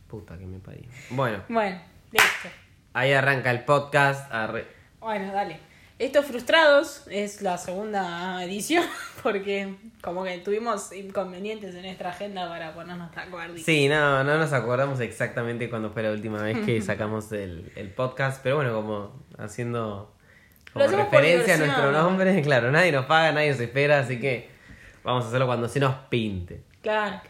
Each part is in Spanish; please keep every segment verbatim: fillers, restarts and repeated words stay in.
Puta que me parió. Bueno. Bueno, listo. Ahí arranca el podcast. Arre... Bueno, dale. Estos Frustrados es la segunda edición porque como que tuvimos inconvenientes en nuestra agenda para ponernos de acuerdo. Sí, no, no nos acordamos exactamente cuándo fue la última vez que sacamos el, el podcast, pero bueno, como haciendo como referencia a nuestro nombre, claro, nadie nos paga, nadie nos espera, así que vamos a hacerlo cuando se nos pinte. Claro.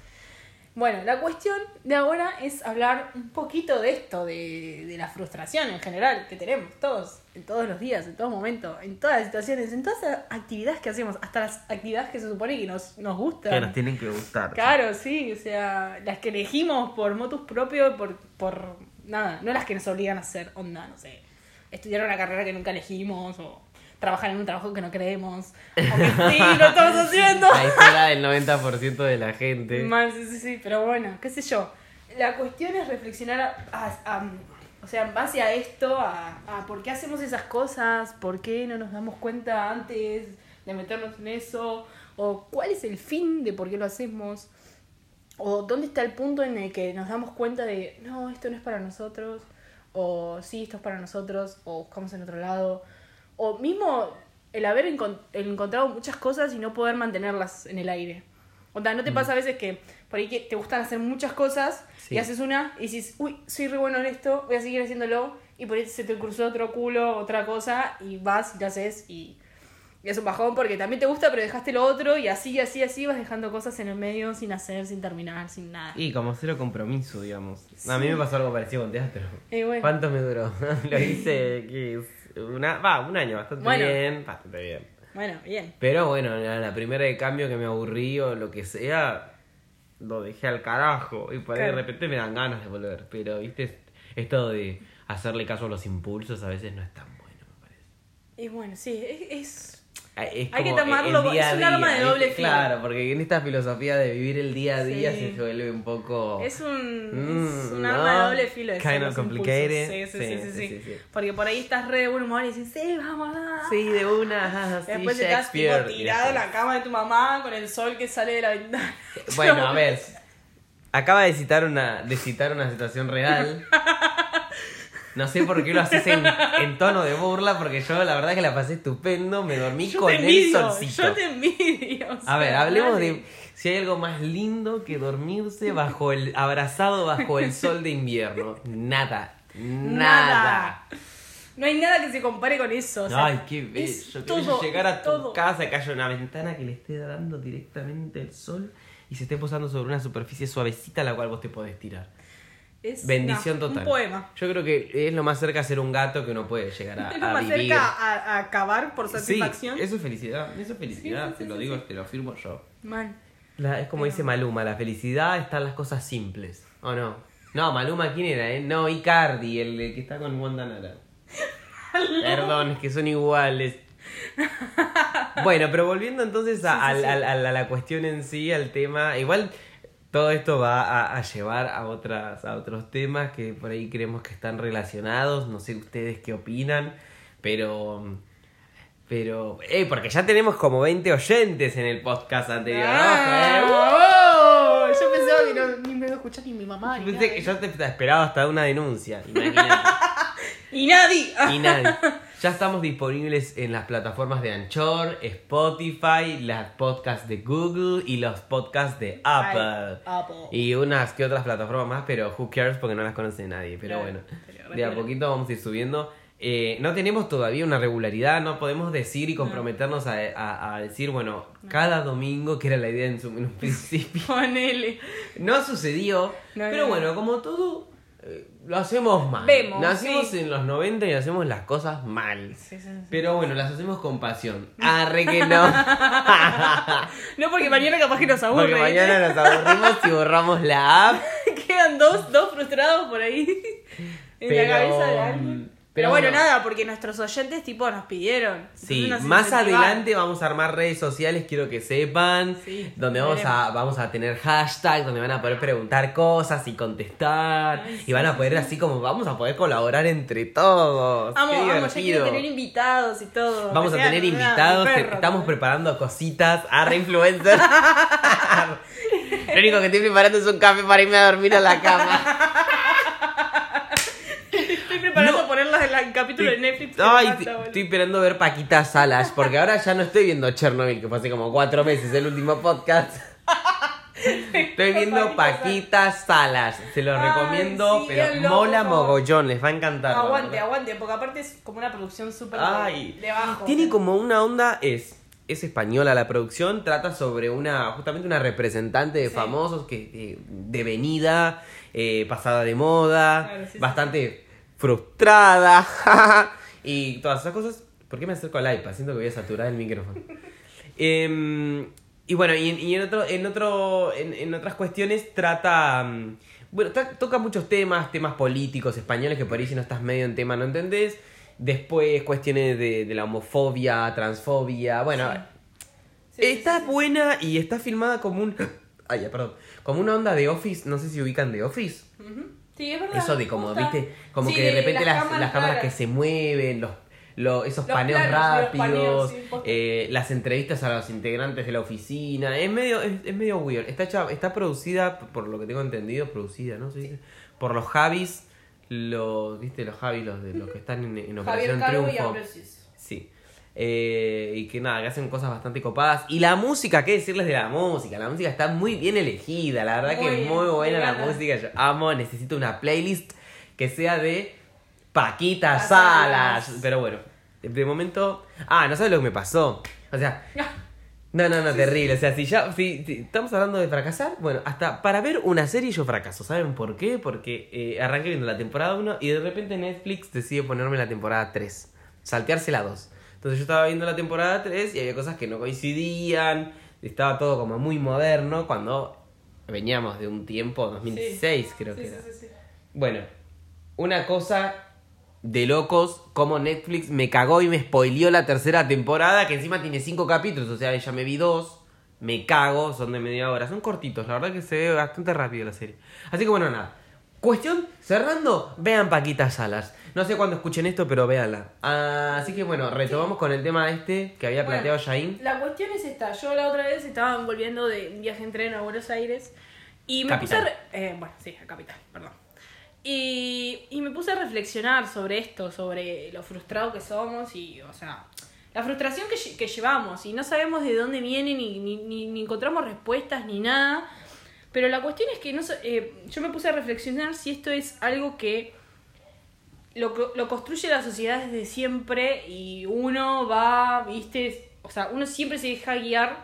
Bueno, la cuestión de ahora es hablar un poquito de esto, de, de la frustración en general que tenemos todos, en todos los días, en todo momento, en todas las situaciones, en todas las actividades que hacemos, hasta las actividades que se supone que nos, nos gustan. Que nos tienen que gustar. Claro, sí, o sea, las que elegimos por motus propio, por, por nada, no las que nos obligan a hacer, onda, no sé, estudiar una carrera que nunca elegimos o trabajar en un trabajo que no queremos, aunque sí, lo estamos haciendo. Ahí está el noventa por ciento de la gente. Mal, sí, sí, sí, pero bueno, qué sé yo. La cuestión es reflexionar, a, a, a, o sea, en base a esto, a, a por qué hacemos esas cosas, por qué no nos damos cuenta antes de meternos en eso, o cuál es el fin de por qué lo hacemos, o dónde está el punto en el que nos damos cuenta de, no, esto no es para nosotros, o sí, esto es para nosotros, o buscamos en otro lado. O mismo el haber encont- el encontrado muchas cosas y no poder mantenerlas en el aire. O sea, ¿no te pasa a veces que por ahí que te gustan hacer muchas cosas sí. y haces una y dices, uy, soy re bueno en esto, voy a seguir haciéndolo, y por ahí se te cruzó otro culo, otra cosa, y vas y lo haces y, y es un bajón porque también te gusta pero dejaste lo otro y así, así, así vas dejando cosas en el medio sin hacer, sin terminar, sin nada. Y como cero compromiso, digamos. Sí. A mí me pasó algo parecido con teatro. Eh, bueno. ¿Cuánto me duró? Lo hice, ¿qué es? Una, va, un año, bastante Bueno. bien, bastante bien. Bueno, bien. Pero bueno, la, la primera de cambio que me aburrí o lo que sea, lo dejé al carajo. Y por ahí Claro. de repente me dan ganas de volver. Pero, viste, esto de hacerle caso a los impulsos a veces no es tan bueno, me parece. Y bueno, sí, es... es... Es Hay que como tomarlo, el día es un a día, arma de ¿viste? doble filo. Claro, porque en esta filosofía de vivir el día a día Sí. se vuelve un poco... Es un, Mm, es un no. arma de doble filo. Eso, Kind of los complicated. impulsos. Sí, sí, sí, sí, sí, sí, sí. Porque por ahí estás re de buen humor y dices, sí, vamos a... Sí, de una, ajá, sí, Después estás tipo, Shakespeare. tirado en la cama de tu mamá con el sol que sale de la ventana. Bueno, a ver, acaba de citar una, de citar una situación real. No sé por qué lo haces en, en tono de burla, porque yo la verdad que la pasé estupendo, me dormí Yo con te el envidio, solcito. yo te envidio. o sea, A ver, hablemos dale. de si hay algo más lindo que dormirse bajo el abrazado bajo el sol de invierno. Nada, nada. Nada. No hay nada que se compare con eso. O sea, Ay, qué bello. es Que todo, llegar a tu todo. casa, que haya una ventana que le esté dando directamente el sol y se esté posando sobre una superficie suavecita a la cual vos te podés tirar. Es Bendición no, total. Un poema. Yo creo que es lo más cerca a ser un gato que uno puede llegar a, Es lo a más vivir. cerca a, a acabar por Sí, satisfacción. eso es felicidad. Eso es felicidad, Sí, sí, te sí, lo sí, digo, sí. te lo afirmo yo. Man. La- es como Pero- dice Maluma, la felicidad está en las cosas simples. ¿O no? No, Maluma, ¿quién era? Eh? No, Icardi, el, el que está con Wanda Nara. Perdón, es que son iguales. Bueno, pero volviendo entonces a, Sí, sí, al- sí. al- al- a la cuestión en sí, al tema. Igual todo esto va a, a llevar a otras, a otros temas que por ahí creemos que están relacionados. No sé ustedes qué opinan, pero. Pero. Eh, porque ya tenemos como veinte oyentes en el podcast anterior. Ah, ¿no? oh, yo pensaba que no, ni me iba a escuchar ni mi mamá. Yo Ni pensé nada. que yo te esperaba hasta una denuncia. Imagínate. Y nadie. Y nada. Ya estamos disponibles en las plataformas de Anchor, Spotify, las podcasts de Google y los podcasts de Apple. Ay, Apple. Y unas que otras plataformas más, pero who cares porque no las conoce nadie. Pero Claro, bueno, pero de a retiro. poquito vamos a ir subiendo. Eh, no tenemos todavía una regularidad, no podemos decir y comprometernos a, a- a decir, bueno, cada domingo, que era la idea en, su, en un principio. Ponele. No sucedió, No, pero no. bueno, como todo, eh, lo hacemos mal. Vemos, Nacimos sí. en los noventa y hacemos las cosas mal. Sí, sí, sí. Pero bueno, las hacemos con pasión. Arre que no. No, porque mañana capaz que nos aburre. Porque mañana nos aburrimos y borramos la app. Quedan dos, dos frustrados por ahí en Pero, la cabeza de alguien. Pero, pero bueno, bueno. nada, porque nuestros oyentes tipo nos pidieron. Sí, Entonces nos más incentivaron. adelante vamos a armar redes sociales, quiero que sepan, Sí, donde vamos a, veremos. vamos a tener hashtags, donde van a poder preguntar cosas y contestar, Ay, y van sí, a poder así como, vamos a poder colaborar entre todos. Vamos, Qué vamos, ya quiero divertido. tener invitados y todo. Vamos Que a sean, tener nada, invitados, mi te- perro, estamos ¿no? preparando cositas, a re influencer. Lo único que estoy preparando es un café para irme a dormir a la cama. Estoy preparando No. ponerlas en el capítulo de Netflix. que Ay, me te- falta, estoy esperando ver Paquita Salas, porque ahora ya no estoy viendo Chernobyl, que fue hace como cuatro meses el último podcast. Estoy viendo Paquita Salas. Se los Ay, recomiendo, sí, pero véanlo, mola por favor. mogollón, les va a encantar. la Aguante, verdad. aguante, porque aparte es como una producción súper Ay, de bajo. tiene como una onda, es, es española la producción, trata sobre una, justamente una representante de Sí. famosos que eh, devenida, eh, pasada de moda, Claro, sí, sí. bastante frustrada y todas esas cosas. ¿Por qué me acerco al iPad? Siento que voy a saturar el micrófono. Em, y bueno, y, en- y en otro, en otro, en, en otras cuestiones trata, mm, bueno, tra- toca muchos temas, temas políticos españoles que por ahí si no estás medio en tema no entendés. Después cuestiones de, de la homofobia, transfobia, bueno, Sí. Sí, sí, está sí, sí. buena y está filmada como un, ay, ya, perdón, como una onda de Office, no sé si ubican de Office. Ujú. Sí, es verdad. Eso de como, posta. viste, como Sí, que de repente las, cámaras las cámaras que claras. se mueven, los, los- esos Los paneos planos, los rápidos, paneos, sí, posta. eh, las entrevistas a los integrantes de la oficina, es medio, es, es medio weird. Está hecha, está producida, por lo que tengo entendido, producida, ¿no? Se dice, por los Javis, los, viste, los Javis, los de los que están en, en Javier Operación Calvo y Triunfo. Ambrosius. Sí. Eh, y que nada, que hacen cosas bastante copadas. Y la música, ¿qué decirles de la música? La música está muy bien elegida, la verdad Muy que es bien, muy buena me la encanta. música. Yo amo, necesito una playlist que sea de Paquita Las Salas. Salas. Pero bueno, de momento. Ah, no sabes lo que me pasó. O sea, no, no, no, terrible. O sea, si ya. Si, si estamos hablando de fracasar, bueno, hasta para ver una serie yo fracaso. ¿Saben por qué? Porque eh, arranqué viendo la temporada uno y de repente Netflix decide ponerme la temporada tres. Saltearse la dos. Entonces yo estaba viendo la temporada tres y había cosas que no coincidían. Estaba todo como muy moderno cuando veníamos de un tiempo, dos mil dieciséis Sí. creo Sí, que sí, era. sí, sí. Bueno, una cosa de locos, como Netflix me cagó y me spoileó la tercera temporada, que encima tiene cinco capítulos, o sea, ya me vi dos, me cago, son de media hora, son cortitos, la verdad que se ve bastante rápido la serie. Así que bueno, nada. Cuestión, cerrando, vean Paquita Salas. No sé cuándo escuchen esto, pero véanla. Ah, así que bueno, retomamos con el tema este que había Bueno, planteado Jain. La cuestión es esta. Yo la otra vez estaba volviendo de un viaje en tren a Buenos Aires y me Capital. puse a... re- eh, bueno, sí, a Capital, perdón. Y, y me puse a reflexionar sobre esto, sobre lo frustrado que somos y, o sea, la frustración que, lle- que llevamos y no sabemos de dónde viene ni, ni, ni, ni encontramos respuestas ni nada. Pero la cuestión es que no sé, eh, yo me puse a reflexionar si esto es algo que lo, co- lo construye la sociedad desde siempre y uno va, viste, o sea, uno siempre se deja guiar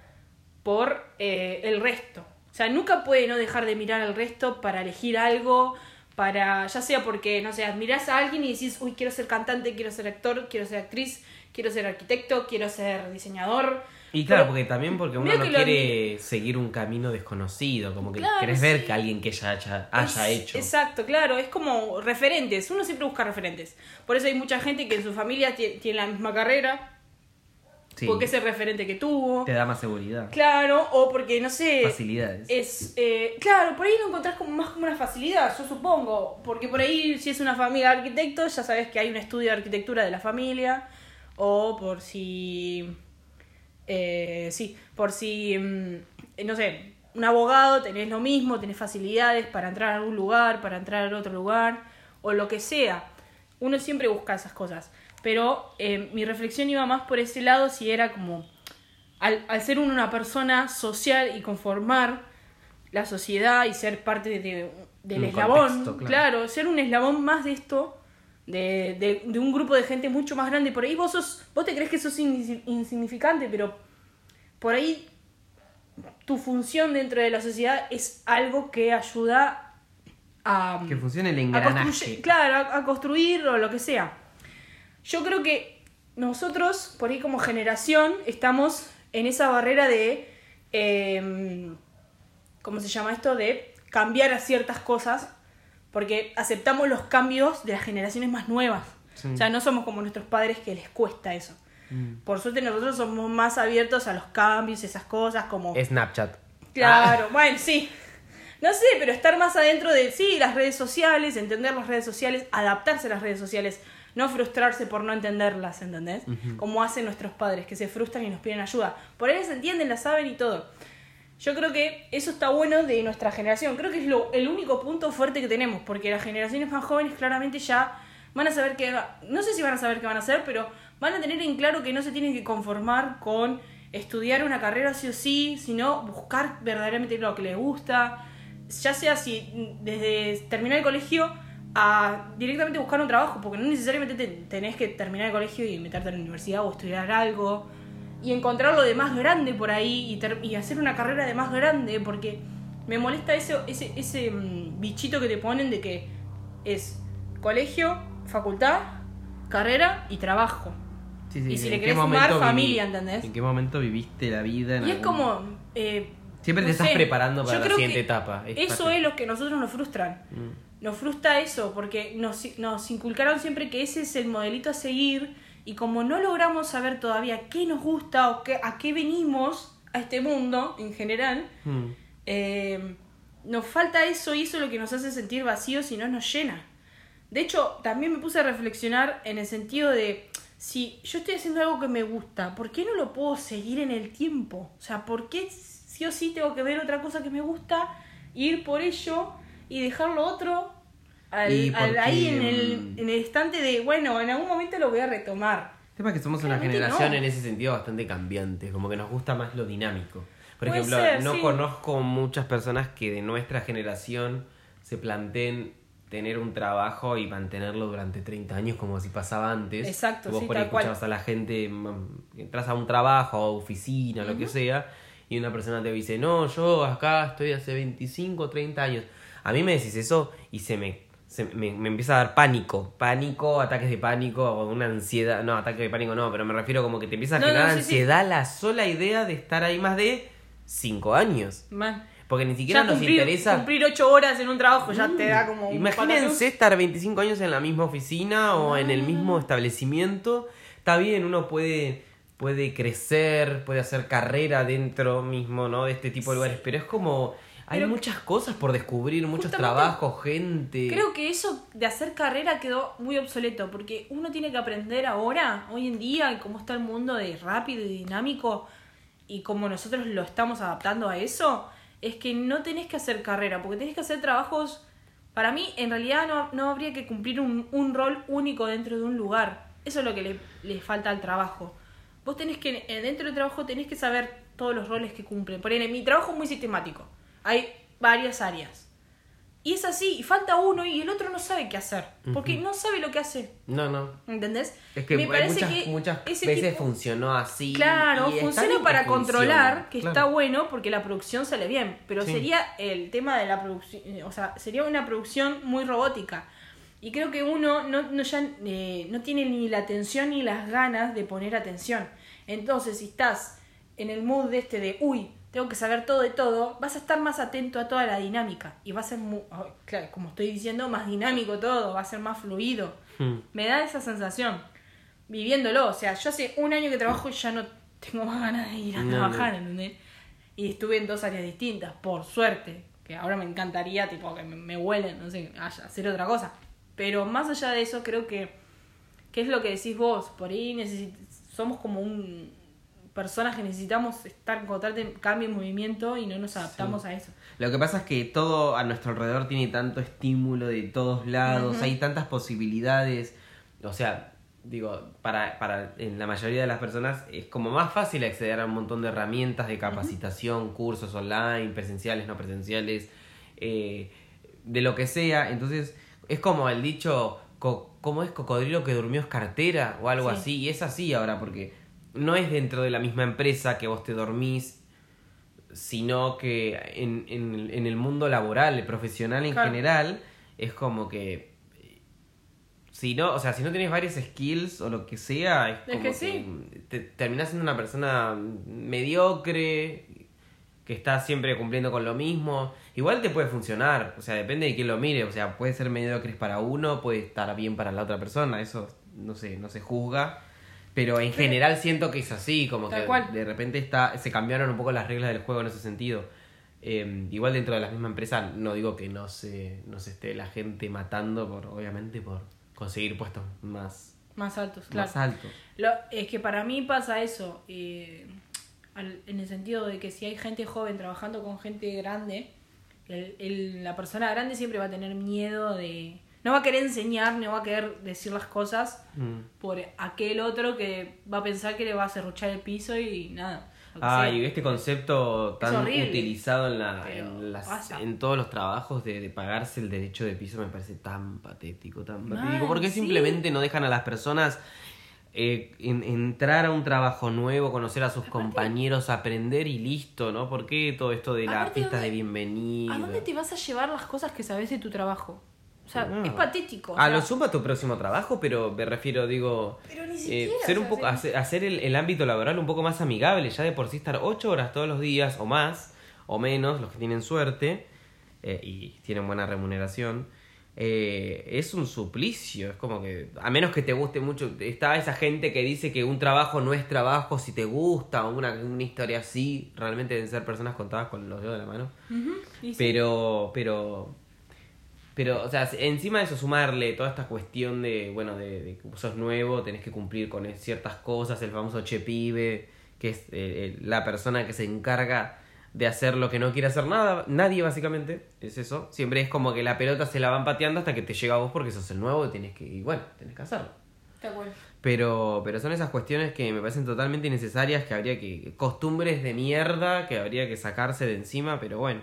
por eh, el resto. O sea, nunca puede no dejar de mirar al resto para elegir algo, para, ya sea porque, no sé, admirás a alguien y decís, uy, quiero ser cantante, quiero ser actor, quiero ser actriz, quiero ser arquitecto, quiero ser diseñador. Y claro, Pero- porque también porque uno mira no que lo quiere seguir un camino desconocido, como que Claro, querés ver sí. que alguien que ya haya, haya Es- hecho. Exacto, claro, es como referentes, uno siempre busca referentes. Por eso hay mucha gente que en su familia tie- tiene la misma carrera, Sí, porque es el referente que tuvo. te da más seguridad. Claro, o porque, no sé, Facilidades. es, eh, claro, por ahí lo encontrás como más como una facilidad, yo supongo, porque por ahí si es una familia de arquitectos, ya sabes que hay un estudio de arquitectura de la familia, o por si, eh, sí, por si, mm, no sé, un abogado, tenés lo mismo, tenés facilidades para entrar a algún lugar, para entrar a otro lugar, o lo que sea, uno siempre busca esas cosas, pero eh, mi reflexión iba más por ese lado, si era como... Al, al ser uno una persona social y conformar la sociedad y ser parte de, del Un eslabón, contexto, claro. claro. ser un eslabón más de esto, de, de, de un grupo de gente mucho más grande. Por ahí vos sos, vos te crees que sos insi- insignificante, pero por ahí tu función dentro de la sociedad es algo que ayuda a, Que funcione el a engranaje. construir, claro, a, a construir o lo que sea. Yo creo que nosotros, por ahí como generación, estamos en esa barrera de, eh, ¿cómo se llama esto? De cambiar a ciertas cosas, porque aceptamos los cambios de las generaciones más nuevas. Sí. O sea, no somos como nuestros padres que les cuesta eso. Mm. Por suerte nosotros somos más abiertos a los cambios, esas cosas como... Snapchat. Claro, bueno, sí. No sé, pero estar más adentro de, sí, las redes sociales, entender las redes sociales, adaptarse a las redes sociales, no frustrarse por no entenderlas, ¿entendés? Ujú. Como hacen nuestros padres, que se frustran y nos piden ayuda. Por ahí se entienden, la saben y todo. yo creo que eso está bueno de nuestra generación. Creo que es lo, el único punto fuerte que tenemos, porque las generaciones más jóvenes claramente ya van a saber qué, no sé si van a saber qué van a hacer, pero van a tener en claro que no se tienen que conformar con estudiar una carrera sí o sí, sino buscar verdaderamente lo que les gusta, ya sea si desde terminar el colegio a directamente buscar un trabajo, porque no necesariamente te, tenés que terminar el colegio y meterte a la universidad o estudiar algo y encontrar lo de más grande por ahí y, ter, y hacer una carrera de más grande, porque me molesta ese, ese, ese um, bichito que te ponen de que es colegio, facultad, carrera y trabajo. Sí, sí, y si ¿en le qué querés sumar momento familia, viví- ¿entendés? ¿En qué momento viviste la vida? en Y es algún- como... Eh, Siempre no te estás sé, preparando para yo la creo siguiente que etapa. Es Eso parte- es lo que a nosotros nos frustran. Mm. Nos frustra eso, porque nos, nos inculcaron siempre que ese es el modelito a seguir, y como no logramos saber todavía qué nos gusta o qué, a qué venimos a este mundo en general, Mm. eh, nos falta eso, y eso es lo que nos hace sentir vacíos y no nos llena. De hecho, también me puse a reflexionar en el sentido de, si yo estoy haciendo algo que me gusta, ¿por qué no lo puedo seguir en el tiempo? O sea, ¿por qué sí o sí tengo que ver otra cosa que me gusta, ir por ello y dejar lo otro al, Y al- porque, ahí en el, mm, en el instante de, bueno, en algún momento lo voy a retomar? El tema es que somos una Claramente generación no. en ese sentido bastante cambiante, como que nos gusta más lo dinámico. Por Puede ejemplo, ser, no sí. conozco muchas personas que de nuestra generación se planteen tener un trabajo y mantenerlo durante treinta años como si pasaba antes. Exacto, Vos sí, por ahí tal cual. escuchabas a la gente, mm, entras a un trabajo, a oficina, lo que sea, y una persona te dice, no, yo acá estoy hace veinticinco, treinta años. A mí me decís eso y se me, se me, me empieza a dar pánico, pánico, ataques de pánico, o una ansiedad, no, ataque de pánico no, pero me refiero como que te empieza a No, generar no, sí, sí. ansiedad la sola idea de estar ahí más de cinco años. Man. Porque ni siquiera Ya nos cumplir, interesa... cumplir ocho horas en un trabajo ya te da como un Imagínense patatús. estar veinticinco años en la misma oficina o en el mismo establecimiento. Está bien, uno puede, puede crecer, puede hacer carrera dentro mismo, ¿no? De este tipo de lugares. Pero es como... Hay Pero- muchas cosas por descubrir, muchos Justamente, trabajos, gente. Creo que eso de hacer carrera quedó muy obsoleto, porque uno tiene que aprender ahora, hoy en día, cómo está el mundo de rápido y dinámico, y cómo nosotros lo estamos adaptando a eso, es que no tenés que hacer carrera, porque tenés que hacer trabajos. Para mí, en realidad, no, no habría que cumplir un, un rol único dentro de un lugar. Eso es lo que le, le falta al trabajo. Vos tenés que, eh, dentro del trabajo, tenés que saber todos los roles que cumplen. Por ejemplo, mi trabajo es muy sistemático. Hay varias áreas. Y es así, y falta uno y el otro no sabe qué hacer. Porque no sabe lo que hace. No, no. ¿Entendés? Es que Me hay parece muchas, que muchas ese veces tipo- funcionó así. Claro, y está funciona bien que para funcione, controlar, que claro. está bueno porque la producción sale bien. Pero Sí. sería el tema de la producción, o sea, sería una producción muy robótica. Y creo que uno no, no, ya, eh, no tiene ni la atención ni las ganas de poner atención. Entonces, si estás en el mood de este de, uy, tengo que saber todo de todo, vas a estar más atento a toda la dinámica. Y va a ser, muy, oh, claro, como estoy diciendo, más dinámico todo, va a ser más fluido. Hmm. Me da esa sensación, viviéndolo. O sea, yo hace un año que trabajo y ya no tengo más ganas de ir a No, trabajar, no. ¿entendés? Y estuve en dos áreas distintas, por suerte. Que ahora me encantaría, tipo, que me, me huelen, no sé, a- hacer otra cosa. Pero más allá de eso, creo que, que es lo que decís vos. Por ahí necesit- somos como un personas que necesitamos estar en constante cambio y movimiento y no nos adaptamos Sí. a eso. Lo que pasa es que todo a nuestro alrededor tiene tanto estímulo de todos lados, Ujú. hay tantas posibilidades. O sea, digo, para, para en la mayoría de las personas es como más fácil acceder a un montón de herramientas de capacitación, cursos online, presenciales, no presenciales, eh, de lo que sea. Entonces, es como el dicho, co- ¿cómo es? Cocodrilo que durmió es cartera o algo Sí. así. Y es así ahora, porque no es dentro de la misma empresa que vos te dormís, sino que en, en, en el mundo laboral, el profesional en Claro. general, es como que si no, o sea, si no tenés varios skills o lo que sea, es, Es como que que, sí. te, terminás siendo una persona mediocre, que está siempre cumpliendo con lo mismo. Igual te puede funcionar, o sea, depende de quién lo mire, o sea, puede ser mediocre para uno, puede estar bien para la otra persona, eso no sé, no se juzga. Pero en general siento que es así, como Tal que cual. de repente está se cambiaron un poco las reglas del juego en ese sentido. Eh, igual dentro de la misma empresa no digo que no se, no se esté la gente matando, por obviamente por conseguir puestos más, Más altos, claro. más altos. Lo, es que para mí pasa eso. eh, al, en el sentido de que si hay gente joven trabajando con gente grande, el, el, la persona grande siempre va a tener miedo de... No va a querer enseñar, no va a querer decir las cosas mm. por aquel otro que va a pensar que le va a serruchar el piso y nada. Ah, y este concepto tan utilizado en, la, en, las, en todos los trabajos de, de pagarse el derecho de piso me parece tan patético, tan Man, patético. Porque sí. simplemente no dejan a las personas eh, en, entrar a un trabajo nuevo, conocer a sus Aparte, compañeros, aprender y listo, ¿no? ¿Por qué todo esto de las fiestas de bienvenida? ¿A dónde te vas a llevar las cosas que sabes de tu trabajo? O sea, no. es patético. O a sea, lo sumo a tu próximo trabajo, pero me refiero, digo, pero ni siquiera, eh, ser un o sea, poco, hacer, hacer el, el ámbito laboral un poco más amigable, ya de por sí estar ocho horas todos los días o más, o menos, los que tienen suerte eh, y tienen buena remuneración, eh, es un suplicio, es como que, a menos que te guste mucho, está esa gente que dice que un trabajo no es trabajo si te gusta, o una, una historia así, realmente deben ser personas contadas con los dedos de la mano, uh-huh, sí. pero, pero... Pero, o sea, encima de eso sumarle toda esta cuestión de, bueno, de, de que sos nuevo, tenés que cumplir con ciertas cosas, el famoso che pibe, que es eh, la persona que se encarga de hacer lo que no quiere hacer nada, nadie básicamente, es eso. Siempre es como que la pelota se la van pateando hasta que te llega a vos porque sos el nuevo y tenés que, y bueno, tenés que hacerlo. De acuerdo. Pero, pero son esas cuestiones que me parecen totalmente innecesarias, que habría que, costumbres de mierda que habría que sacarse de encima, pero bueno.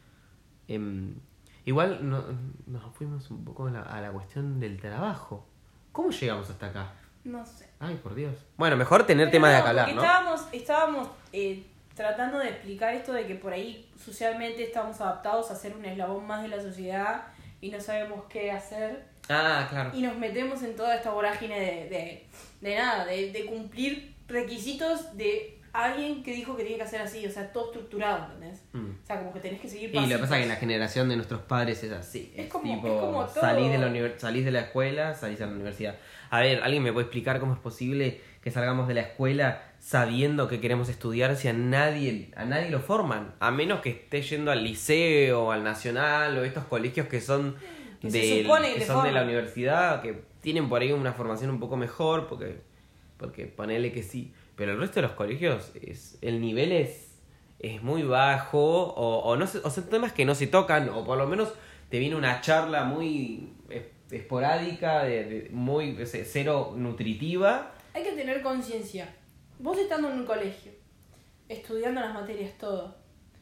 Eh, Igual no, nos fuimos un poco a la, a la cuestión del trabajo. ¿Cómo llegamos hasta acá? No sé. Ay, por Dios. Bueno, mejor tener Pero tema no, de acá hablar, ¿no? Estábamos, estábamos eh, tratando de explicar esto de que por ahí socialmente estamos adaptados a ser un eslabón más de la sociedad y no sabemos qué hacer. Ah, claro. Y nos metemos en toda esta vorágine de, de, de nada, de, de cumplir requisitos de alguien que dijo que tiene que hacer así, o sea, todo estructurado, ¿entendés? Mm. O sea, como que tenés que seguir pasitos. Y lo que pasa es que la generación de nuestros padres es así. Es, es como, tipo, es como todo. Salís de, la univers- salís de la escuela, salís a la universidad. A ver, ¿alguien me puede explicar cómo es posible que salgamos de la escuela sabiendo que queremos estudiar si a nadie, a nadie lo forman? A menos que esté yendo al liceo, al nacional, o estos colegios que son, que de, se supone que que son de la universidad, que tienen por ahí una formación un poco mejor, porque, porque ponele que sí. Pero el resto de los colegios, es el nivel es, es muy bajo, o, o, no se, o son temas que no se tocan, o por lo menos te viene una charla muy esporádica, de, de muy cero nutritiva. Hay que tener conciencia. Vos estando en un colegio, estudiando las materias, todo,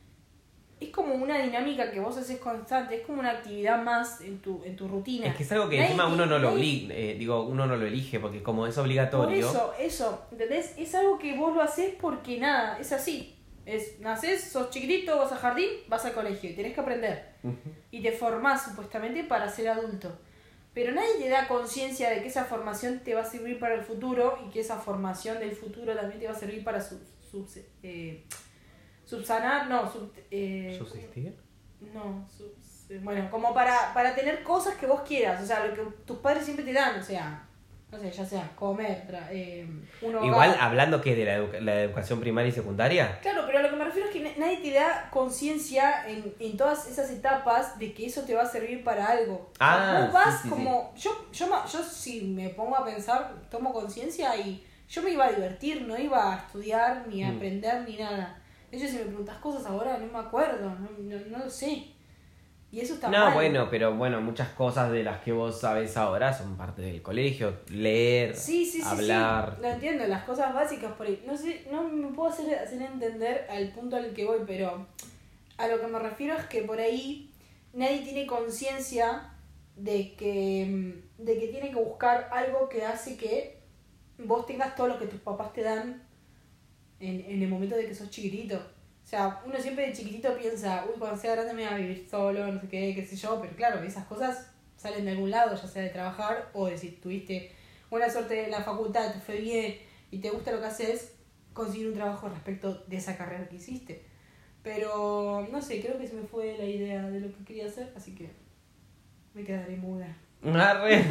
es como una dinámica que vos haces constante, es como una actividad más en tu, en tu rutina. Es que es algo que nadie, encima uno no lo obliga, eh, digo, uno no lo elige, porque como es obligatorio. Por eso, eso, ¿entendés? Es algo que vos lo haces porque nada, es así. Es, nacés, sos chiquitito, vas al jardín, vas al colegio y tenés que aprender. Uh-huh. Y te formás supuestamente para ser adulto. Pero nadie te da conciencia de que esa formación te va a servir para el futuro y que esa formación del futuro también te va a servir para su, su, eh, subsanar, no, sub, eh, ¿subsistir? No, sub, bueno, como para, para tener cosas que vos quieras, o sea, lo que tus padres siempre te dan, o sea, no sé, ya sea comer, tra, eh, un hogar. Igual hablando que de la, edu- la educación primaria y secundaria. Claro, pero a lo que me refiero es que nadie te da conciencia en, en todas esas etapas de que eso te va a servir para algo. Ah, vos vas sí, sí, como, sí. yo, yo, yo si me pongo a pensar, tomo conciencia y yo me iba a divertir, no iba a estudiar, ni a mm. aprender, ni nada. De hecho, si me preguntas cosas ahora, no me acuerdo, no, no, no lo sé. Y eso está no, mal. No, bueno, pero bueno, muchas cosas de las que vos sabés ahora son parte del colegio. Leer, sí, sí, sí, hablar. Sí, lo entiendo, las cosas básicas por ahí. No sé, no me puedo hacer, hacer entender al punto al que voy, pero a lo que me refiero es que por ahí nadie tiene conciencia de que, de que tiene que buscar algo que hace que vos tengas todo lo que tus papás te dan en, en el momento de que sos chiquitito. O sea, uno siempre de chiquitito piensa, uy, cuando sea grande me voy a vivir solo, no sé qué, qué sé yo, pero claro, esas cosas salen de algún lado, ya sea de trabajar o de si tuviste buena suerte en la facultad, te fue bien y te gusta lo que haces, conseguir un trabajo respecto de esa carrera que hiciste. Pero, no sé, creo que se me fue la idea de lo que quería hacer, así que me quedaré muda. Arre.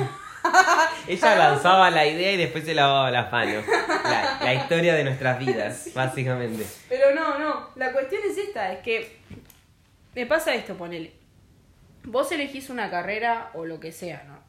Ella lanzaba la idea y después se lavaba las manos. La, la historia de nuestras vidas, sí. Básicamente. Pero no, no. La cuestión es esta, es que me pasa esto, ponele. Vos elegís una carrera o lo que sea, ¿no?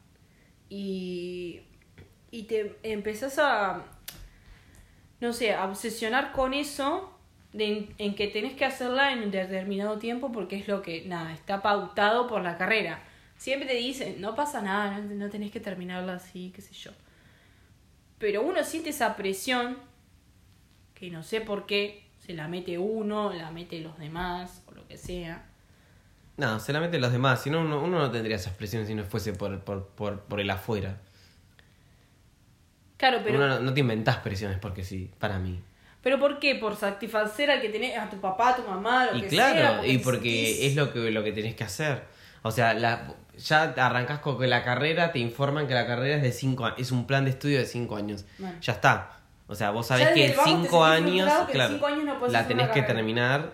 Y, y te empezás a, no sé, a obsesionar con eso de, en que tenés que hacerla en un determinado tiempo porque es lo que, nada, está pautado por la carrera. Siempre te dicen, no pasa nada, no, no tenés que terminarla así, qué sé yo. Pero uno siente esa presión que no sé por qué se la mete uno, la mete los demás o lo que sea. No, se la meten los demás. Si no, uno, uno no tendría esas presiones si no fuese por, por, por, por el afuera. Claro, pero... Uno no, no te inventás presiones porque sí, para mí. ¿Pero por qué? Por satisfacer al que tenés, a tu papá, a tu mamá, lo Y que claro, sea. Porque y porque sentís... es lo que, lo que tenés que hacer. O sea, la, ya arrancás con que la carrera, te informan que la carrera es de cinco años, es un plan de estudio de cinco años. Bueno. Ya está. O sea, vos sabés Ya que desde en el bajo te cinco sentís años, frustrado que en claro, cinco años no podés la hacer tenés una que carrera. terminar.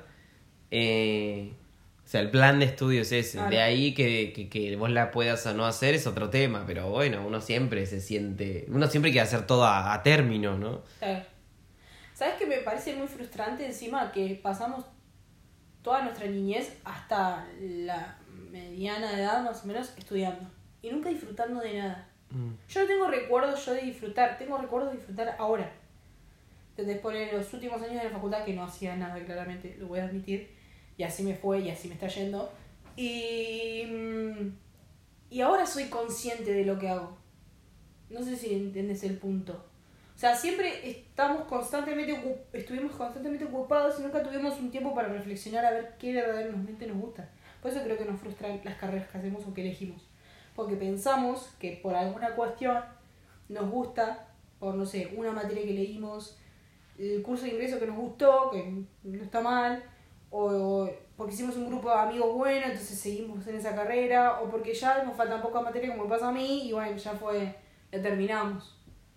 Eh, o sea, el plan de estudio es ese. Claro. De ahí que, que, que vos la puedas o no hacer es otro tema. Pero bueno, uno siempre se siente... Uno siempre quiere hacer todo a, a término, ¿no? Claro. ¿Sabes qué me parece muy frustrante encima? Que pasamos toda nuestra niñez hasta la mediana edad más o menos estudiando. Y nunca disfrutando de nada. Mm. Yo no tengo recuerdos yo de disfrutar. Tengo recuerdos de disfrutar ahora. Desde por los últimos años de la facultad que no hacía nada, claramente, lo voy a admitir. Y así me fue y así me está yendo. Y, y ahora soy consciente de lo que hago. No sé si entiendes el punto. O sea, siempre estamos constantemente ocup- estuvimos constantemente ocupados y nunca tuvimos un tiempo para reflexionar a ver qué verdaderamente nos gusta. Por eso creo que nos frustran las carreras que hacemos o que elegimos. Porque pensamos que por alguna cuestión nos gusta, por no sé, una materia que leímos, el curso de ingreso que nos gustó, que no está mal, o porque hicimos un grupo de amigos bueno, entonces seguimos en esa carrera, o porque ya nos faltan pocas materias como me pasa a mí, y bueno, ya fue, la terminamos.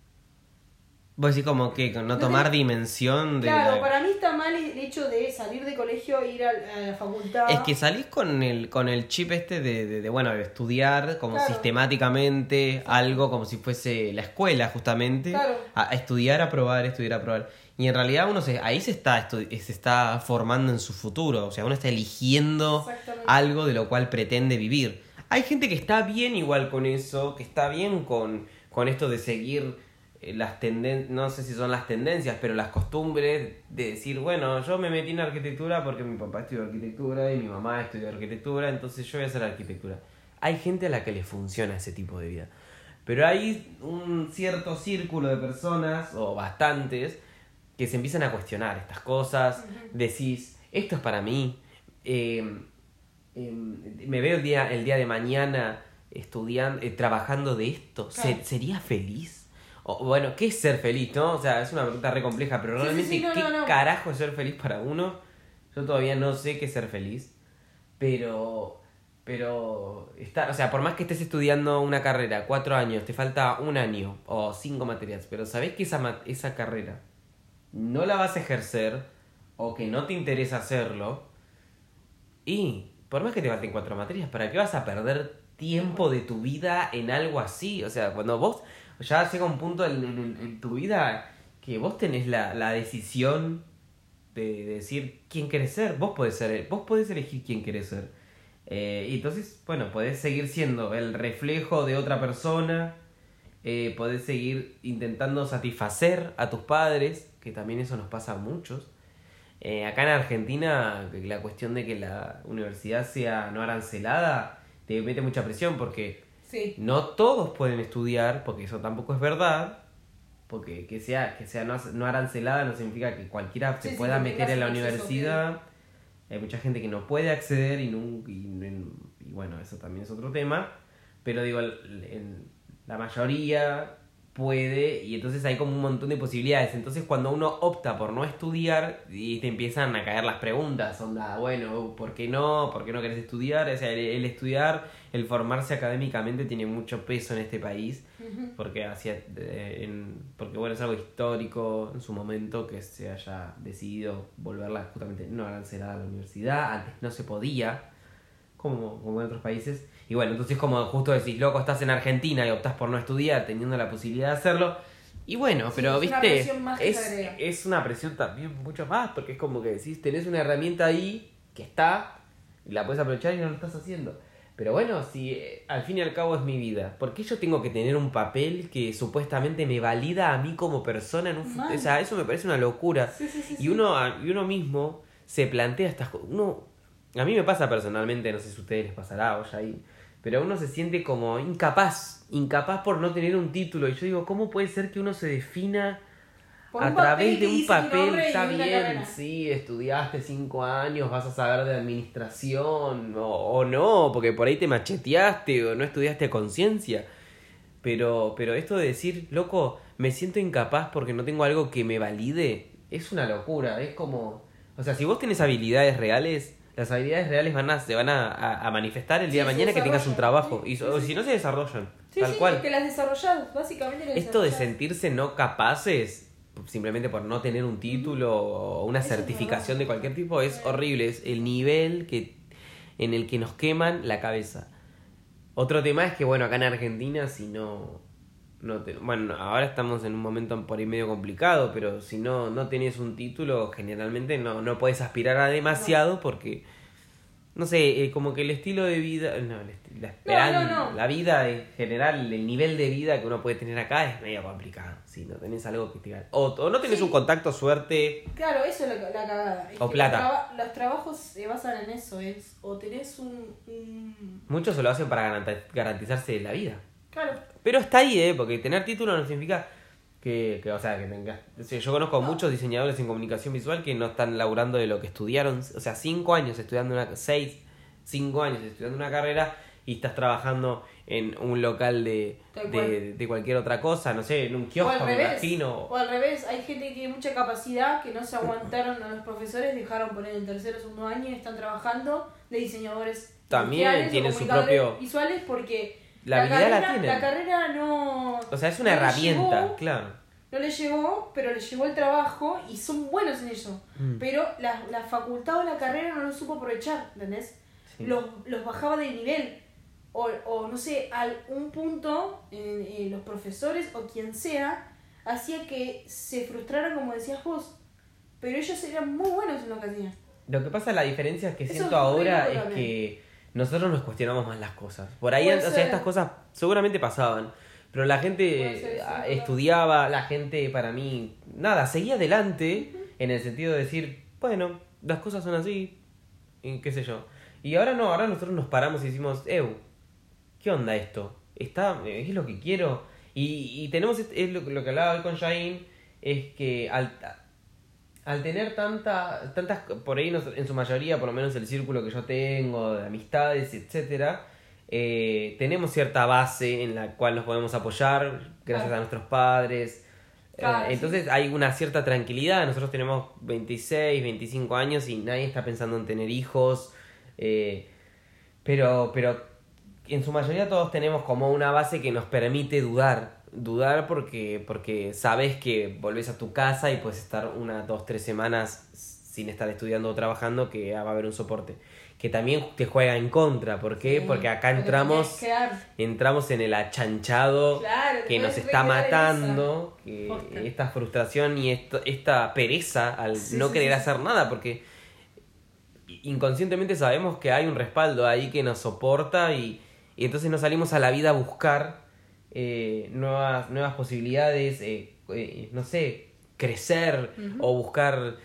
Vos decís como que con no tomar dimensión de... Claro, la- para mí está mal el hecho de salir de colegio e ir a, a la facultad. Es que salís con el, con el chip este de, de, de, bueno, de estudiar como Claro. sistemáticamente algo como si fuese la escuela justamente. Claro. A, a estudiar, a probar, estudiar, a probar. Y en realidad uno se, ahí se está, estu- se está formando en su futuro. O sea, uno está eligiendo Exactamente. algo de lo cual pretende vivir. Hay gente que está bien igual con eso, que está bien con, con esto de seguir eh, las tendencias, no sé si son las tendencias, pero las costumbres de decir, bueno, yo me metí en arquitectura porque mi papá estudió arquitectura y mi mamá estudió arquitectura, entonces yo voy a hacer arquitectura. Hay gente a la que le funciona ese tipo de vida. Pero hay un cierto círculo de personas, o bastantes, que se empiezan a cuestionar estas cosas. Uh-huh. Decís, esto es para mí. Eh, eh, me veo el día, el día de mañana estudiando, eh, trabajando de esto. Claro. ¿Se, ¿Sería feliz? O, bueno, ¿qué es ser feliz, no? O sea, es una pregunta re compleja, pero Sí, realmente, sí, sí, no, ¿qué no, no. carajo es ser feliz para uno? Yo todavía no sé qué es ser feliz. Pero... Pero, está, o sea, por más que estés estudiando una carrera, cuatro años, te falta un año o cinco materias, pero sabés que esa, ma- esa carrera no la vas a ejercer o que no te interesa hacerlo, y por más que te falten cuatro materias, ¿para qué vas a perder tiempo de tu vida en algo así? O sea, cuando vos ya llega un punto en, en, en tu vida que vos tenés la, la decisión de, de decir quién querés ser, vos podés ser, vos podés elegir quién querés ser. Eh, y entonces, bueno, podés seguir siendo el reflejo de otra persona, eh, podés seguir intentando satisfacer a tus padres, que también eso nos pasa a muchos. Eh, acá en Argentina, la cuestión de que la universidad sea no arancelada te mete mucha presión porque Sí. no todos pueden estudiar, porque eso tampoco es verdad. Porque que sea, que sea no, no arancelada no significa que cualquiera Sí, se sí, pueda que meter tengas en la un acceso universidad. Hay mucha gente que no puede acceder y, nunca, y, y bueno, eso también es otro tema. Pero digo, en la mayoría puede y entonces hay como un montón de posibilidades. Entonces cuando uno opta por no estudiar y te empiezan a caer las preguntas, onda, bueno, ¿por qué no? ¿Por qué no querés estudiar? O sea, el, el estudiar, el formarse académicamente tiene mucho peso en este país. Uh-huh. Porque hacia, eh, en, porque bueno, es algo histórico en su momento que se haya decidido volverla justamente no arancelada a la universidad. Antes no se podía, como, como en otros países. Y bueno, entonces como justo decís, loco, estás en Argentina y optás por no estudiar teniendo la posibilidad de hacerlo. Y bueno, Sí, pero es una viste, presión más que se es, agrega. es una presión también mucho más, porque es como que decís, tenés una herramienta ahí que está y la puedes aprovechar y no lo estás haciendo. Pero bueno, si eh, al fin y al cabo es mi vida, ¿por qué yo tengo que tener un papel que supuestamente me valida a mí como persona en un futuro? O sea, eso me parece una locura. Sí, sí, sí, y, sí. uno, y uno mismo se plantea estas cosas. Uno, a mí me pasa personalmente, no sé si a ustedes les pasará o ya ahí, pero uno se siente como incapaz, incapaz por no tener un título. Y yo digo, ¿cómo puede ser que uno se defina Por a un través papel de que un dice tu papel? nombre y Está una bien, carrera. sí, estudiaste cinco años, vas a saber de administración, o, o no, porque por ahí te macheteaste o no estudiaste a conciencia. Pero, pero esto de decir, loco, me siento incapaz porque no tengo algo que me valide, es una locura. Es como, o sea, si vos tenés habilidades reales, las habilidades reales van a, se van a, a, a manifestar el día Sí, de se mañana que tengas un desarrollan. trabajo. Sí, y sí, o sí. si no se desarrollan, Sí, tal sí, cual. es que las desarrollás, básicamente las Esto de desarrollás. sentirse no capaces, simplemente por no tener un título o una Eso es certificación verdad. de cualquier tipo, es horrible. Es el nivel que en el que nos queman la cabeza. Otro tema es que, bueno, acá en Argentina, si no... no te, bueno, ahora estamos en un momento por ahí medio complicado, pero si no, no tenés un título, generalmente no, no puedes aspirar a demasiado porque... No sé, eh, como que el estilo de vida, no, el esti- la esperanza, no, no. la vida en general, el nivel de vida que uno puede tener acá es medio complicado. Si no tenés algo que te gane. O, o no tenés Sí. un contacto, suerte. Claro, eso es la, la cagada. Es O que plata. Los, traba- los trabajos se basan en eso, es o tenés un... un... Muchos se lo hacen para garanta- garantizarse la vida. Claro. Pero está ahí, ¿eh? Porque tener título no significa que, que o sea, que tengas... o sea, yo conozco No. muchos diseñadores en comunicación visual que no están laburando de lo que estudiaron. O sea, cinco años estudiando una... Seis, cinco años estudiando una carrera y estás trabajando en un local de, Tal cual. de, de cualquier otra cosa, no sé, en un O kiosco, al me revés, imagino. o al revés, hay gente que tiene mucha capacidad, que no se aguantaron a los profesores, dejaron poner en tercero o segundo año y están trabajando de diseñadores También industriales o tienen su comunicadores propio- visuales porque La habilidad la carrera, tienen. la carrera no... O sea, es una no les herramienta, llegó, claro. No les llegó, pero les llegó el trabajo y son buenos en eso. Mm. Pero la, la facultad o la carrera no lo supo aprovechar, ¿entendés? Sí. Los, los bajaba de nivel. O, o no sé, a un punto, eh, eh, los profesores o quien sea, hacía que se frustraran, como decías vos. Pero ellos eran muy buenos en lo que hacían. Lo que pasa, la diferencia es que Eso siento es muy ahora loco es también. que nosotros nos cuestionamos más las cosas. Por ahí, Puede o sea, ser. estas cosas seguramente pasaban. Pero la gente Puede ser, sí, eh, verdad. estudiaba, la gente para mí, nada, seguía adelante en el sentido de decir, bueno, las cosas son así, y qué sé yo. Y ahora no, ahora nosotros nos paramos y decimos, Ew, ¿qué onda esto? ¿Está, ¿Es lo que quiero? Y, y tenemos, est- es lo, lo que hablaba hoy con Jain, es que al, al tener tanta, tantas, por ahí nos- en su mayoría, por lo menos el círculo que yo tengo, de amistades, etcétera, eh, tenemos cierta base en la cual nos podemos apoyar gracias Claro. a nuestros padres. Eh, Claro, sí. entonces hay una cierta tranquilidad. Nosotros tenemos veintiséis, veinticinco años y nadie está pensando en tener hijos. eh, pero, pero en su mayoría todos tenemos como una base que nos permite dudar. Dudar porque, porque sabes que volvés a tu casa y puedes estar una, dos, tres semanas sin estar estudiando o trabajando, que va a haber un soporte. Que también te juega en contra. ¿Por qué? Sí, Porque acá porque entramos, tenés que dar. entramos en el achanchado Claro, te que nos puedes está re quedar en matando. Que Posta. esta frustración y esto, esta pereza al Sí, no sí, querer sí, sí. hacer nada. Porque inconscientemente sabemos que hay un respaldo ahí que nos soporta y, y entonces nos salimos a la vida a buscar eh, nuevas, nuevas posibilidades, eh, eh, no sé, crecer Ujú. o buscar,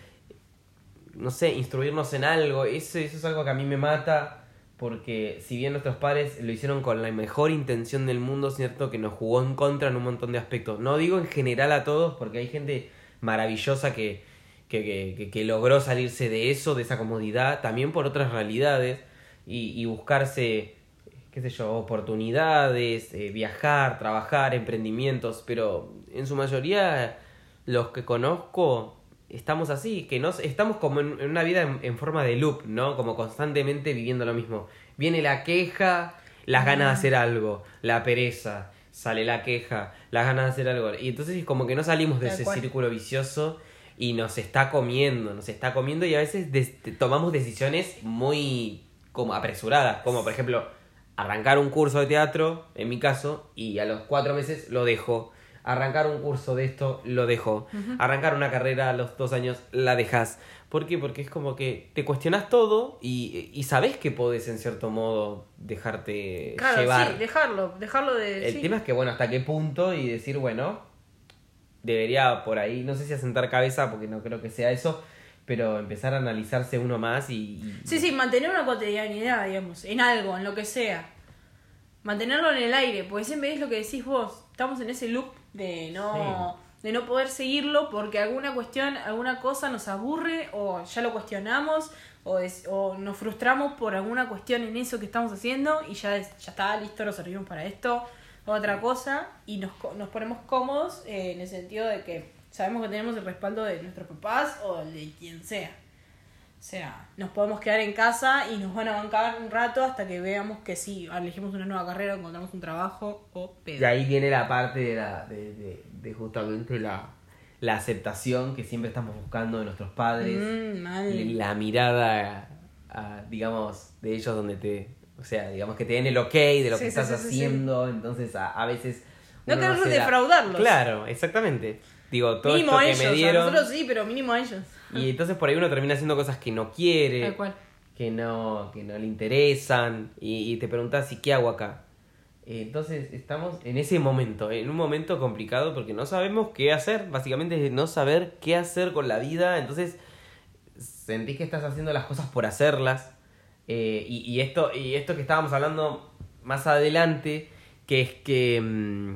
no sé, instruirnos en algo. Eso, eso es algo que a mí me mata porque si bien nuestros padres lo hicieron con la mejor intención del mundo, cierto que nos jugó en contra en un montón de aspectos. No digo en general a todos porque hay gente maravillosa que que, que, que, que logró salirse de eso, de esa comodidad, también por otras realidades y, y buscarse, qué sé yo, oportunidades, eh, viajar, trabajar, emprendimientos, pero en su mayoría los que conozco estamos así, que nos estamos como en, en una vida en, en forma de loop, ¿no? Como constantemente viviendo lo mismo. Viene la queja, las ganas de hacer algo, la pereza, sale la queja, las ganas de hacer algo. Y entonces es como que no salimos de Tal ese cual. círculo vicioso y nos está comiendo, nos está comiendo y a veces des- tomamos decisiones muy como apresuradas, como por ejemplo arrancar un curso de teatro, en mi caso, y a los cuatro meses lo dejo. Arrancar un curso de esto, lo dejo. Arrancar una carrera a los dos años, la dejas. ¿Por qué? Porque es como que te cuestionás todo y, y sabés que podés en cierto modo dejarte Claro, llevar. sí, dejarlo, dejarlo de... El sí. tema es que, bueno, hasta qué punto y decir, bueno, debería por ahí, no sé si asentar cabeza porque no creo que sea eso, pero empezar a analizarse uno más y... y- Sí, sí, mantener una cotidianidad, digamos, en algo, en lo que sea. Mantenerlo en el aire, porque siempre es lo que decís vos. Estamos en ese loop de no, de no poder seguirlo porque alguna cuestión, alguna cosa nos aburre o ya lo cuestionamos o, es- o nos frustramos por alguna cuestión en eso que estamos haciendo y ya, es- ya está, listo, nos servimos para esto, otra cosa, y nos, co- nos ponemos cómodos eh, en el sentido de que sabemos que tenemos el respaldo de nuestros papás o de quien sea. O sea, nos podemos quedar en casa y nos van a bancar un rato hasta que veamos que sí, elegimos una nueva carrera, encontramos un trabajo o Y pedo. ahí viene la parte de, la, de, de, de justamente la, la aceptación que siempre estamos buscando de nuestros padres. Mm, mal. La mirada, a, digamos, de ellos donde te... O sea, digamos que te den el ok de lo Sí, que sí, estás sí, sí, sí. haciendo. Entonces, a, a veces... No uno queremos se da- defraudarlos. Claro, exactamente. Digo, todo Mínimo a esto que ellos, me a dieron... nosotros sí, pero mínimo a ellos. Y entonces por ahí uno termina haciendo cosas que no quiere. Tal cual. que no, que no le interesan y, y te preguntas, ¿y qué hago acá? Eh, Entonces estamos en ese momento, en un momento complicado porque no sabemos qué hacer, básicamente es no saber qué hacer con la vida, entonces sentís que estás haciendo las cosas por hacerlas eh, y, y, esto, y esto que estábamos hablando más adelante, que es que... mm,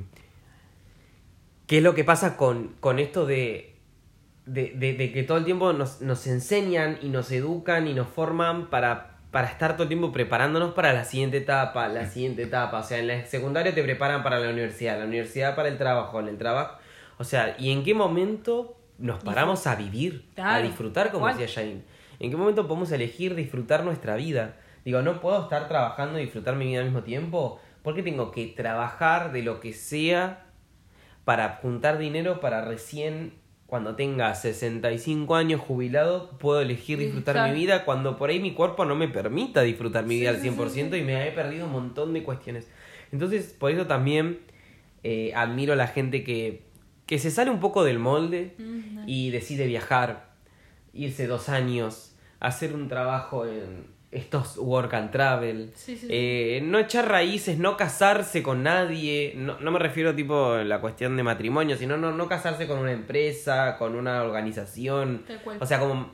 ¿qué es lo que pasa con, con esto de... De, de, de que todo el tiempo nos, nos enseñan y nos educan y nos forman para, para estar todo el tiempo preparándonos para la siguiente etapa, la siguiente etapa. O sea, en la secundaria te preparan para la universidad, la universidad para el trabajo, en el trabajo... O sea, ¿y en qué momento nos paramos a vivir, a Claro, disfrutar, como ¿cuál? decía Jaime? ¿En qué momento podemos elegir disfrutar nuestra vida? Digo, ¿no puedo estar trabajando y disfrutar mi vida al mismo tiempo? ¿Por qué tengo que trabajar de lo que sea para juntar dinero para recién... Cuando tenga sesenta y cinco años jubilado, puedo elegir disfrutar Claro. mi vida cuando por ahí mi cuerpo no me permita disfrutar mi Sí, vida al sí, cien por ciento sí, y me he perdido un montón de cuestiones. Entonces, por eso también eh, admiro a la gente que, que se sale un poco del molde Mm, y decide viajar, irse dos años, hacer un trabajo en estos work and travel, Sí, sí, sí. eh, no echar raíces, no casarse con nadie, no, no me refiero tipo a la cuestión de matrimonio, sino no, no casarse con una empresa, con una organización, Tal cual. o sea, como,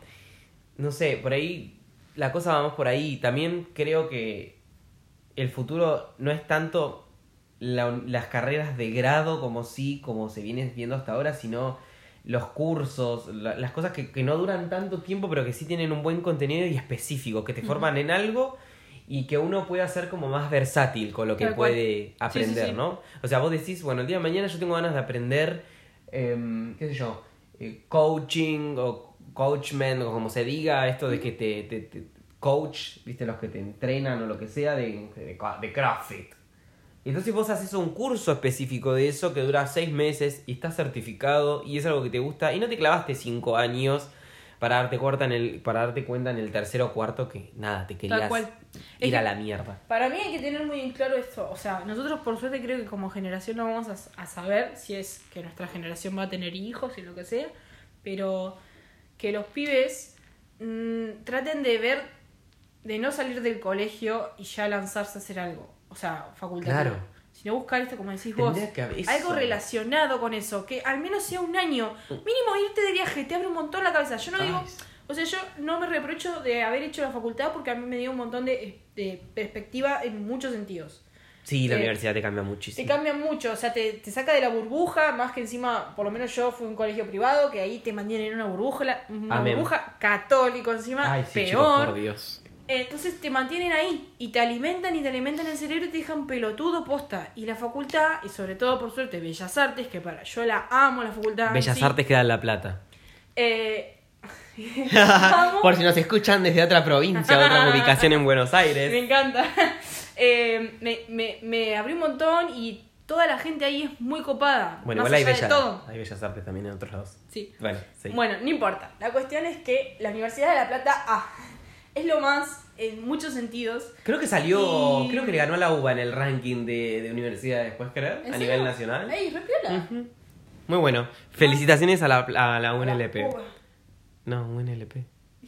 no sé, por ahí, la cosa va más por ahí, también creo que el futuro no es tanto la- las carreras de grado como sí, como se viene viendo hasta ahora, sino los cursos, la- las cosas que, que no duran tanto tiempo, pero que sí tienen un buen contenido y específico, que te forman en algo y que uno pueda ser como más versátil con lo que Tal cual. puede aprender, Sí, sí, sí. ¿no? O sea, vos decís, bueno, el día de mañana yo tengo ganas de aprender, em, qué sé yo, eh, coaching o coachman, o como se diga, esto de que te, te, te- coach, viste, los que te entrenan o lo que sea, de, de, de CrossFit. Y entonces vos haces un curso específico de eso que dura seis meses y estás certificado y es algo que te gusta y no te clavaste cinco años para darte cuenta en el, para darte cuenta en el tercero o cuarto que nada, te querías cual. ir Es a que- la mierda. Para mí hay que tener muy en claro esto. O sea, nosotros por suerte creo que como generación no vamos a, a saber si es que nuestra generación va a tener hijos y lo que sea. Pero que los pibes mmm, traten de ver, de no salir del colegio y ya lanzarse a hacer algo. O sea, facultativo. Claro. Sino buscar esto, como decís vos, Tendría que haber eso. algo relacionado con eso. Que al menos sea un año. Mínimo irte de viaje, te abre un montón la cabeza. Yo no Ay, digo... sí. O sea, yo no me reprocho de haber hecho la facultad porque a mí me dio un montón de, de perspectiva en muchos sentidos. Sí, la Eh, universidad te cambia Te muchísimo. cambia mucho, o sea, te, te saca de la burbuja, más que encima, por lo menos yo fui a un colegio privado, que ahí te mantienen en una burbuja, una Amén. burbuja católico encima, Ay, sí, chicos, peor. por Dios. Eh, Entonces te mantienen ahí y te alimentan y te alimentan el cerebro y te dejan pelotudo posta. Y la facultad, y sobre todo por suerte Bellas Artes, que para yo la amo la facultad. en Bellas sí, Artes queda en La Plata. Eh, amo. Por si nos escuchan desde otra provincia, otra ubicación en Buenos Me Aires. encanta. Eh, me, me, me abrió un montón y toda la gente ahí es muy copada. Bueno, más igual hay, allá de bella- todo. hay Bellas Artes también en otros lados. Sí. Bueno, sí. Bueno, no importa. La cuestión es que la Universidad de La Plata ah, es lo más en muchos sentidos. Creo que salió, Y- creo que le ganó a la U B A en el ranking de, de universidades, ¿puedes creer? ¿En A serio? nivel nacional. ¡Ey, re piola! Ujú. Muy bueno. Felicitaciones a la, a la U N L P. Hola. No, U N L P.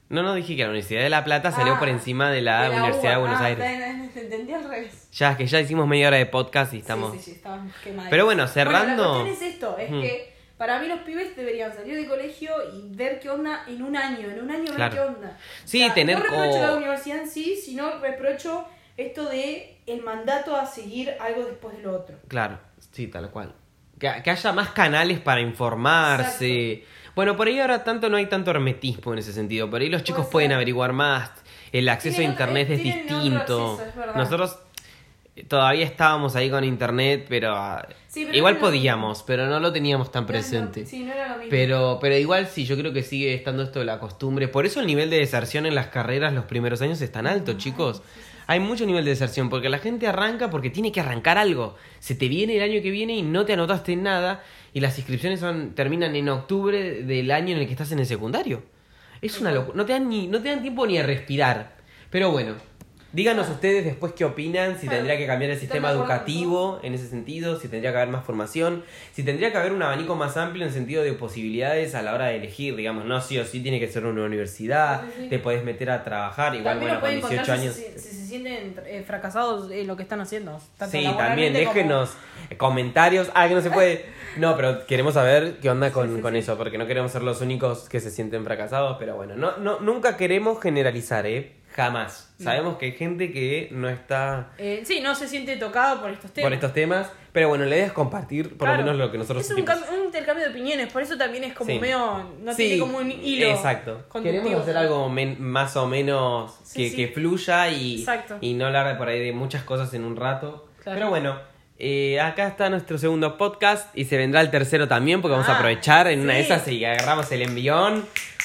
No, no, dije que la Universidad de La Plata salió Ah, por encima de la, de la Universidad de U B A. Buenos Ah, Aires. está bien, te entendí al revés. Ya, que ya hicimos media hora de podcast y estamos... Sí, sí, sí, estábamos quemados. Pero bueno, cerrando... Bueno, la cuestión es esto, es Mm. que para mí los pibes deberían salir de colegio y ver qué onda en un año, en un año Claro. ver qué onda. Sí, tener No reprocho como- la universidad en sí, sino reprocho esto de el mandato a seguir algo después de lo otro. Claro, sí, tal cual. Que, que haya más canales para informarse. Bueno, por ahí ahora tanto no hay tanto hermetismo en ese sentido. Por ahí los chicos Puede pueden ser. averiguar más. El acceso Tienen a internet otro- es tienen otro distinto. acceso, es verdad. Nosotros todavía estábamos ahí con internet, pero, ah, Sí, pero igual no es lo podíamos, pero no lo teníamos tan No es lo- presente. Sí, no era lo mismo. Pero, pero igual sí, yo creo que sigue estando esto de la costumbre. Por eso el nivel de deserción en las carreras los primeros años es tan alto, chicos. Hay mucho nivel de deserción porque la gente arranca porque tiene que arrancar algo. Se te viene el año que viene y no te anotaste en nada y las inscripciones son terminan en octubre del año en el que estás en el secundario. Es una locura. No te dan ni no te dan tiempo ni a respirar. Pero bueno, díganos ustedes después qué opinan, si Claro. tendría que cambiar el ¿Están sistema de acuerdo educativo en ese sentido, si tendría que haber más formación, si tendría que haber un abanico más amplio en sentido de posibilidades a la hora de elegir, digamos, no sí o sí tiene que ser una universidad, Sí, sí. te podés meter a trabajar, igual También bueno, lo con pueden dieciocho contar años. si, se- si se sienten eh, fracasados en lo que están haciendo. Tanto Sí, también laboralmente como- déjenos comentarios. Ah, que no se puede. No, pero queremos saber qué onda con, Sí, sí, con sí. eso, porque no queremos ser los únicos que se sienten fracasados, pero bueno, no, no, nunca queremos generalizar, ¿eh? Jamás. No. Sabemos que hay gente que no está Eh, sí, no se siente tocado por estos temas. por estos temas, pero bueno, la idea es compartir por Claro. lo menos lo que nosotros Es un, sentimos. cam- un intercambio de opiniones, por eso también es como Sí. medio. No Sí, tiene como un hilo. Exacto. conductivo. Queremos hacer algo men- más o menos Sí, que, sí. que fluya y, Exacto. y no hablar por ahí de muchas cosas en un rato. Claro. Pero bueno, eh, acá está nuestro segundo podcast y se vendrá el tercero también porque vamos a Ah, aprovechar en una de sí. esas y agarramos el envión.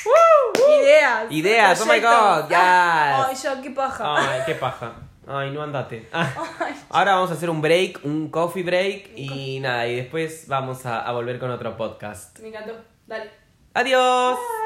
Ideas. Ideas, oh my proyectos. god, yes. Ay, ya, qué paja. Ay, qué paja. Ay, no andate. Ah. Ay. Ahora vamos a hacer un break, un coffee break y nada, y después vamos a, a volver con otro podcast. Me encantó. Dale. Adiós.